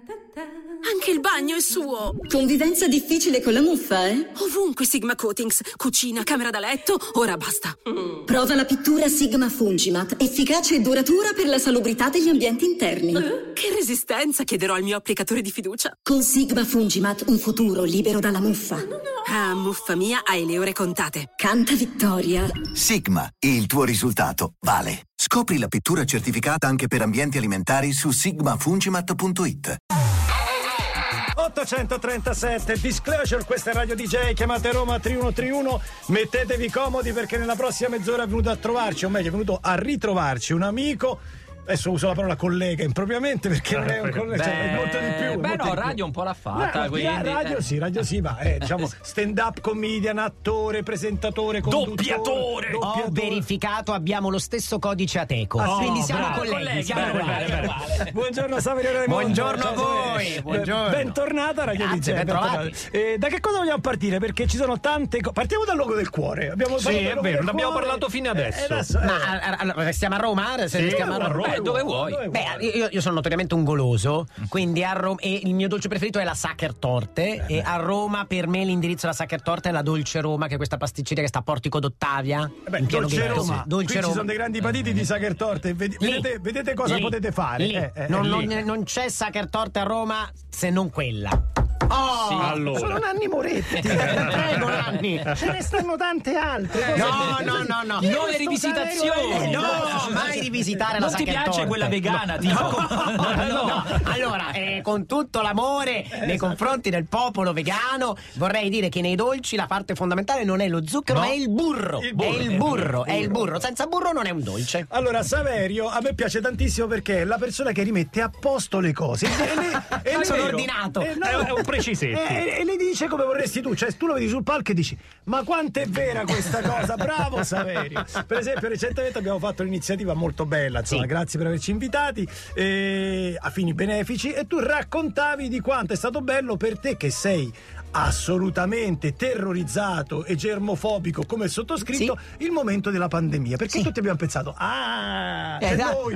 Anche il bagno è suo. Convivenza difficile con la muffa, eh? Ovunque Sigma Coatings. Cucina, camera da letto, ora basta. Prova la pittura Sigma Fungimat, efficace e duratura per la salubrità degli ambienti interni. Che resistenza, chiederò al mio applicatore di fiducia. Con Sigma Fungimat un futuro libero dalla muffa. Ah, muffa mia, hai le ore contate. Canta vittoria. Sigma, il tuo risultato vale. Scopri la pittura certificata anche per ambienti alimentari su sigmafungimat.it. 837 Disclosure, questa è Radio DJ, chiamate Roma 3131, mettetevi comodi perché nella prossima mezz'ora è venuto a trovarci, o meglio è venuto a ritrovarci un amico. Adesso uso la parola collega impropriamente perché non è un collega, cioè, è molto di più. Beh, no, radio un po' l'ha fatta. Quindi, radio sì, ma diciamo stand-up comedian, attore, presentatore, doppiatore. Ho verificato, abbiamo lo stesso codice Ateco. Quindi siamo colleghi. Bene. Buongiorno Saverio. Buongiorno a voi. Buongiorno. Bentornata a Radio DJ. Bentrovati. Da che cosa vogliamo partire? Perché ci sono tante cose. Partiamo dal logo del cuore. Sì, è vero, ne abbiamo parlato fino adesso. Ma allora, stiamo a Roma? Stiamo a Roma. Dove vuoi? Beh, io sono notoriamente un goloso, quindi a Roma, e il mio dolce preferito è la Sacher Torte, e a Roma per me l'indirizzo della Sacher Torte è la Dolce Roma, che è questa pasticceria che sta a Portico d'Ottavia. Dolce Roma. Dolce Qui Roma. ci sono dei grandi patiti di Sacher Torte. Vedete cosa potete fare. Non c'è Sacher Torte a Roma se non quella. Sì, allora. Sono Nanni Moretti. Prego, Nanni. Ce ne stanno tante altre. No. Nuove rivisitazioni. No, mai rivisitare non la ti Sacher piace Torte. quella vegana, tipo? No. Allora, con tutto l'amore nei confronti del popolo vegano, vorrei dire che nei dolci la parte fondamentale non è lo zucchero, ma è il burro. È il burro. Senza burro non è un dolce. Allora, Saverio, a me piace tantissimo perché è la persona che rimette a posto le cose. Sono ordinato. È un precisetti. E le dice come vorresti tu. Cioè, tu lo vedi sul palco e dici: ma quanto è vera questa cosa? Bravo Saverio. Per esempio, recentemente abbiamo fatto un'iniziativa molto bella, insomma, grazie per averci invitati a fini benefici, e tu raccontavi di quanto è stato bello per te, che sei assolutamente terrorizzato e germofobico come il sottoscritto, il momento della pandemia, perché tutti abbiamo pensato noi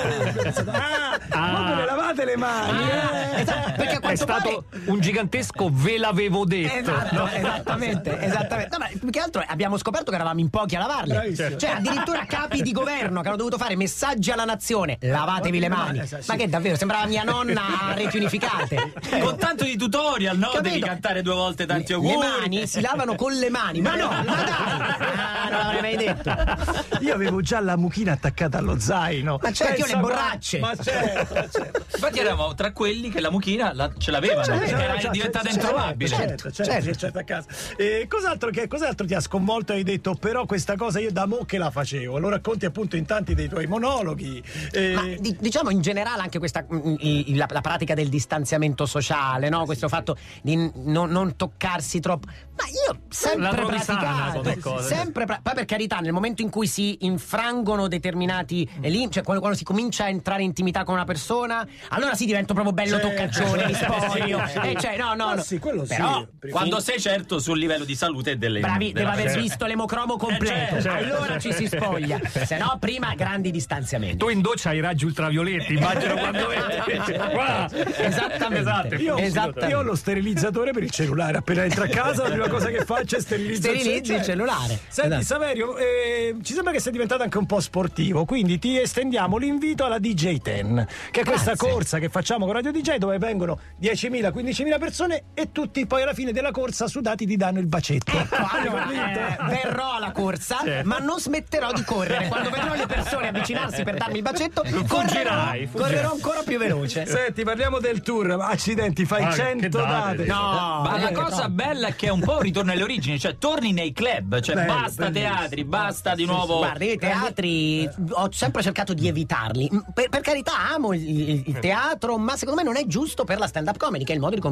quando ne lavate le mani perché è stato un gigantesco ve l'avevo detto. Esattamente. No, ma più che altro abbiamo scoperto che eravamo in pochi a lavarle. Bravissimo. Cioè addirittura capi di governo che hanno dovuto fare messaggi alla nazione: lavatevi le mani. Ma che davvero sembrava mia nonna a reti unificate. Con tanto di tutorial, no? Capito? Devi cantare 2 volte tanti auguri. Le mani si lavano con le mani. Ma no, ma dai! Non l'avrei mai detto. Io avevo già la mucchina attaccata allo zaino. Ma certo, io le borracce. Ma certo. Infatti eravamo tra quelli che la mucchina ce l'avevano, era diventata introvabile. Certo, a casa. Cos'altro ti ha sconvolto? Hai detto: però questa cosa io da mo' che la facevo. Lo racconti appunto in tanti dei tuoi monologhi. Ma diciamo in generale anche questa la pratica del distanziamento sociale, no? Questo fatto di non toccarsi troppo. Ma io sempre praticato, poi per carità, nel momento in cui si infrangono determinati cioè quando si comincia a entrare in intimità con una persona, allora sì divento proprio bello toccaccione, mi spoglio. Cioè no. Sì, quello però, sì. Quando sei certo sul livello di salute delle deve aver visto l'emocromo completo. Allora ci si spoglia. Se no, prima grandi distanziamenti. Tu in doccia hai raggi ultravioletti, immagino quando Esattamente. Io ho lo sterilizzatore per il cellulare. Appena entra a casa, la prima cosa che faccio è sterilizzi il cellulare. Senti, Saverio, ci sembra che sei diventato anche un po' sportivo, quindi ti estendiamo l'invito alla DJ10, che è questa corsa che facciamo con Radio DJ, dove vengono 10.000, 15.000 persone e tutti poi alla fine della corsa sudati ti danno il bacetto. Allora, verrò alla corsa, ma non smetterò di correre. Quando vedrò le persone avvicinarsi per darmi il bacetto, correrò ancora più veloce. Senti, parliamo del tour. Accidenti, fai 100 date. No, ma la cosa bella è che è un po' un ritorno alle origini, cioè torni nei club, cioè basta teatri, basta di nuovo. Guarda, i teatri ho sempre cercato di evitarli. Per carità, amo il teatro, ma secondo me non è giusto per la stand-up comedy, che è il modo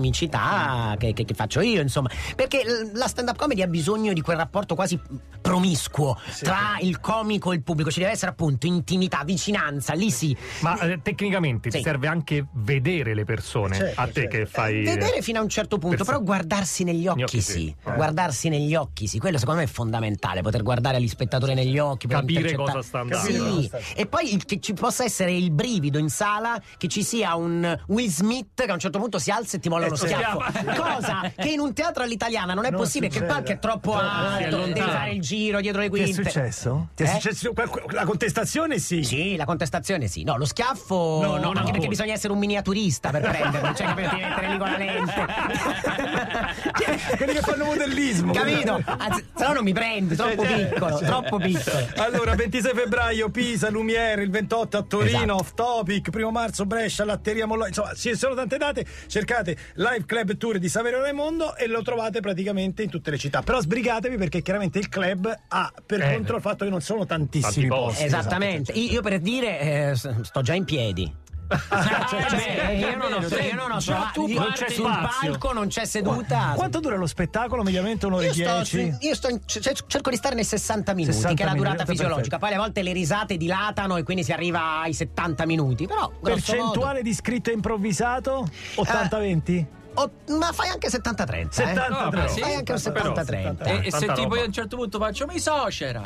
comicità che faccio io, insomma, perché la stand-up comedy ha bisogno di quel rapporto quasi promiscuo tra il comico e il pubblico, ci deve essere appunto intimità, vicinanza, lì sì. Ma tecnicamente ti serve anche vedere le persone, a te che fai... Vedere fino a un certo punto, però guardarsi negli occhi, sì. Guardarsi negli occhi, sì, quello secondo me è fondamentale, poter guardare gli spettatori negli occhi, capire cosa sta andando. Sì. E poi che ci possa essere il brivido in sala, che ci sia un Will Smith che a un certo punto si alza e ti molla uno schiaffo, cosa che in un teatro all'italiana non è possibile, che il palco è troppo alto, devi fare il giro dietro le quinte. Ti è successo? Ti è successo la contestazione? Sì, la contestazione sì. No, lo schiaffo no, anche perché bisogna essere un miniaturista per prenderlo, cioè per mettere lì con la lente. Quelli che fanno modellismo, capito? Se no non mi prendi, troppo piccolo. Allora, 26 febbraio Pisa, Lumiere, il 28 a Torino, Off Topic, 1 marzo Brescia, Latteria Mollo, insomma ci sono tante date, cercate Live Club Tour di Saverio Raimondo e lo trovate praticamente in tutte le città, però sbrigatevi perché chiaramente il club ha per contro il fatto che non sono tantissimi posti. Esattamente, io per dire sto già in piedi. Io non ho sul palco non c'è seduta. Quanto dura lo spettacolo? Mediamente un'ora e 10? Io cerco di stare nei 60 minuti, che è la durata fisiologica. Poi alle volte le risate dilatano e quindi si arriva ai 70 minuti. Però percentuale di scritto improvvisato 80-20? Ma fai anche 70-30. 70-30. Fai anche un 70-30. E se tipo io a un certo punto faccio mi socera.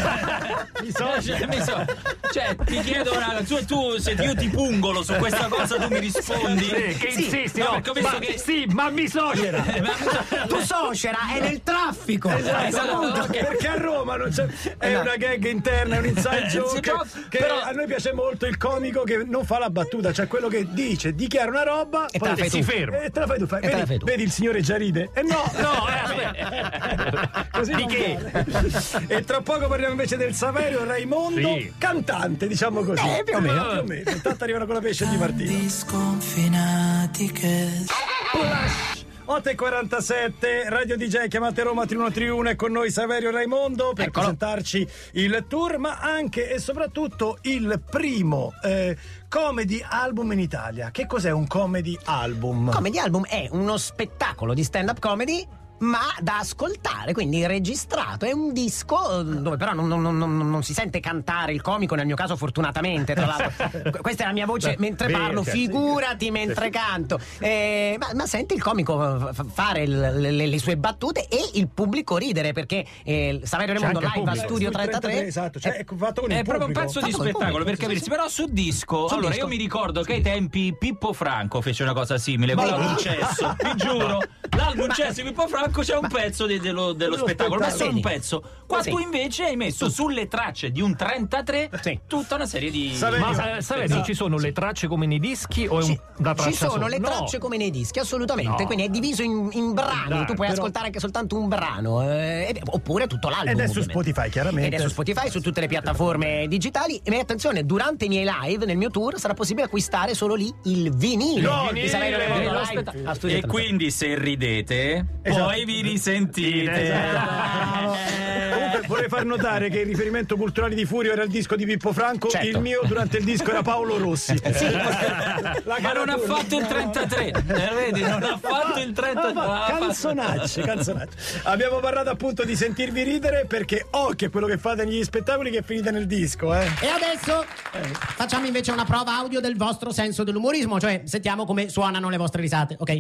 Cioè ti chiedo tu se io ti pungolo su questa cosa tu mi rispondi che insisti, no, ma mi socera. Tu socera è nel traffico. Esatto. Perché a Roma non c'è, è una gag interna, è un inside joke che però a noi piace molto il comico che non fa la battuta, cioè quello che dichiara una roba e poi si ferma. E te la fai tu. Vedi il signore già ride? Così di che? E tra poco parliamo invece del Saverio Raimondo, cantante, diciamo così. Più o meno. Intanto arrivano con la pesce di Martino. Sconfinati che 8:47, Radio DJ, chiamate Roma 3131, è con noi Saverio Raimondo per presentarci il tour, ma anche e soprattutto il primo comedy album in Italia. Che cos'è un comedy album? Comedy album è uno spettacolo di stand-up comedy, ma da ascoltare, quindi registrato. È un disco dove però non si sente cantare il comico, nel mio caso fortunatamente, tra l'altro. Questa è la mia voce mentre parlo, figurati mentre canto. Ma senti il comico fare le sue battute e il pubblico ridere, perché Saverio Raimondo live al Studio 33. Esatto, cioè è fatto con il proprio un pezzo di spettacolo, per capirsi. Però su disco, allora io mi ricordo che ai tempi Pippo Franco fece una cosa simile con l'album Cesso, vi giuro. L'album Cesso di Pippo Franco c'è un pezzo dello spettacolo, ma solo un pezzo. Qua tu invece hai messo sulle tracce di un 33 tutta una serie di... Ma Saverio, ci sono le tracce come nei dischi o è una traccia? Ci sono le tracce come nei dischi, assolutamente. Quindi è diviso in brani. Tu puoi ascoltare anche soltanto un brano, oppure tutto l'album. Ed è su Spotify, chiaramente. Ed è su Spotify, su tutte le piattaforme digitali. E attenzione, durante i miei live, nel mio tour, sarà possibile acquistare solo lì il vinile di Saverio Raimondo live. E quindi se ridete, poi vi risentite. Comunque vorrei far notare che il riferimento culturale di Furio era il disco di Pippo Franco, il mio durante il disco era Paolo Rossi. Ma non ha fatto il 33, vedi, non ha fatto il 33. Canzonacce. Abbiamo parlato appunto di sentirvi ridere, perché occhio è quello che fate negli spettacoli che finite nel disco, E adesso facciamo invece una prova audio del vostro senso dell'umorismo, cioè sentiamo come suonano le vostre risate, ok?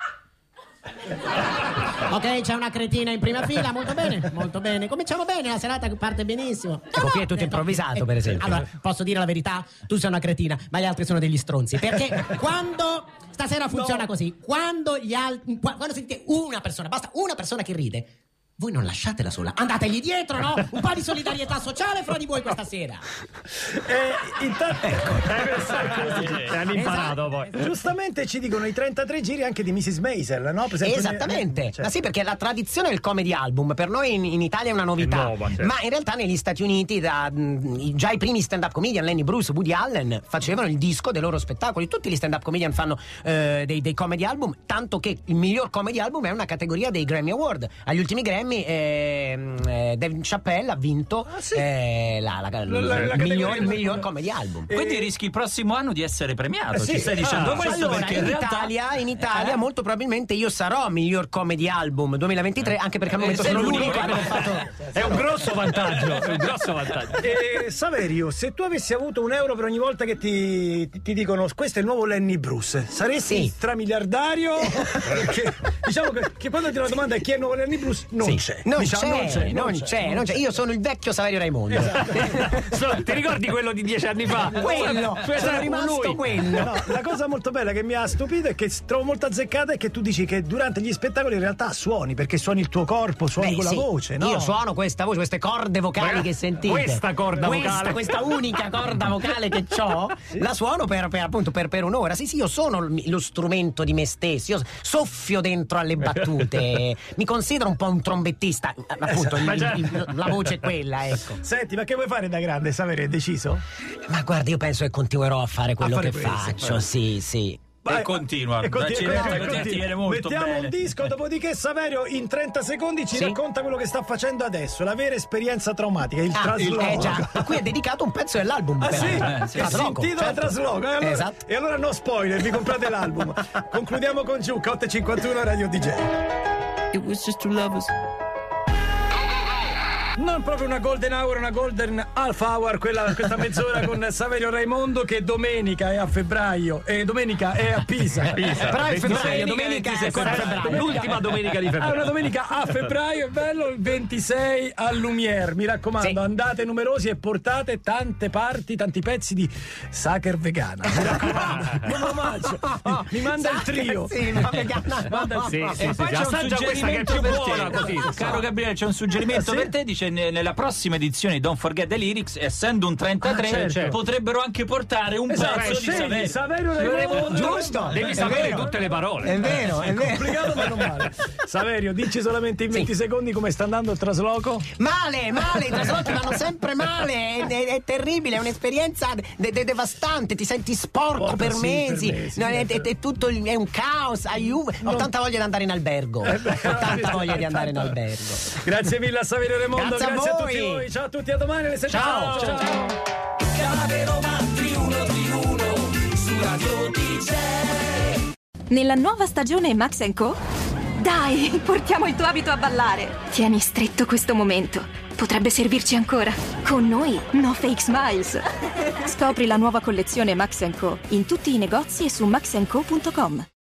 Ok, c'è una cretina in prima fila, molto bene. Cominciamo bene, la serata parte benissimo. Qui è tutto improvvisato, per esempio. Allora, posso dire la verità? Tu sei una cretina, ma gli altri sono degli stronzi. Perché quando stasera funziona così, quando sentite una persona, basta una persona che ride, voi non lasciatela sola, andategli dietro, no? Un po' di solidarietà sociale fra di voi questa sera. Intanto hanno imparato poi. Giustamente ci dicono i 33 giri anche di Mrs. Maisel, no? Per esempio, esattamente. Ma sì, perché la tradizione del comedy album per noi in Italia è una novità, ma in realtà negli Stati Uniti già i primi stand-up comedian, Lenny Bruce, Woody Allen, facevano il disco dei loro spettacoli. Tutti gli stand-up comedian fanno dei comedy album, tanto che il miglior comedy album è una categoria dei Grammy Award. Agli ultimi Grammy Grammy, Dave Chappelle ha vinto il miglior comedy album. Quindi rischi il prossimo anno di essere premiato. Sì. Ci stai dicendo questo? Allora, perché in Italia molto probabilmente io sarò miglior comedy album 2023, anche perché al momento sono l'unico che non fatto. È un grosso vantaggio. Saverio, se tu avessi avuto €1 per ogni volta che ti dicono questo è il nuovo Lenny Bruce, saresti stramiliardario? Perché diciamo che quando ti la domanda è chi è il nuovo Lenny Bruce, non c'è. Non c'è. Io sono il vecchio Saverio Raimondo. Ti ricordi quello di 10 anni fa? Quello, sono rimasto quello. No, la cosa molto bella che mi ha stupito e che trovo molto azzeccata è che tu dici che durante gli spettacoli in realtà suoni, perché suoni il tuo corpo, suoni con la voce, no? Io suono questa voce, queste corde vocali che sentite. Questa corda vocale. Questa unica corda vocale che ho, la suono per un'ora. Sì, io sono lo strumento di me stesso. Io soffio dentro alle battute. Mi considero un po' un trombettista. Appunto, la voce è quella, ecco. Senti, ma che vuoi fare da grande, Saverio? Hai deciso? Ma guarda, io penso che continuerò a fare quello che faccio. Sì. E continua. Molto mettiamo bene. un disco, dopodiché Saverio in 30 secondi ci racconta quello che sta facendo adesso, la vera esperienza traumatica, il trasloco. Già, a cui è dedicato un pezzo dell'album. Si intitola Trasloco. Esatto. E allora no spoiler, vi comprate l'album. Concludiamo con Giucca, 8:51 Radio DJ. It was just two lovers. Non proprio una golden hour, una golden half hour, questa mezz'ora con Saverio Raimondo, che domenica è a febbraio e domenica è a Pisa. Domenica è febbraio. L'ultima domenica di febbraio. Una domenica a febbraio, è bello, il 26 al Lumière. Mi raccomando, andate numerosi e portate tanti pezzi di Sacher vegana. Mi raccomando, buon omaggio. Mi manda il trio. Sì, Poi c'è un suggerimento per te. Caro Gabriele, c'è un suggerimento per te, dice nella prossima edizione di Don't Forget the Lyrics, essendo un 33, potrebbero anche portare un pezzo di Saverio Raimondo. Giusto, devi sapere tutte le parole. È vero, è complicato ma non male. Saverio, dici solamente in 20 secondi come sta andando il trasloco. Male, i traslochi vanno sempre male, è terribile, è un'esperienza devastante, ti senti sporco per mesi. È tutto è un caos. Ho tanta voglia di andare in albergo. Grazie mille a Saverio Raimondo. Grazie a tutti voi. Ciao a tutti, a domani alle 7. Ciao. Su Radio DJ. Nella nuova stagione Max & Co? Dai, portiamo il tuo abito a ballare. Tieni stretto questo momento. Potrebbe servirci ancora. Con noi, no fake smiles. Scopri la nuova collezione Max & Co in tutti i negozi e su maxandco.com.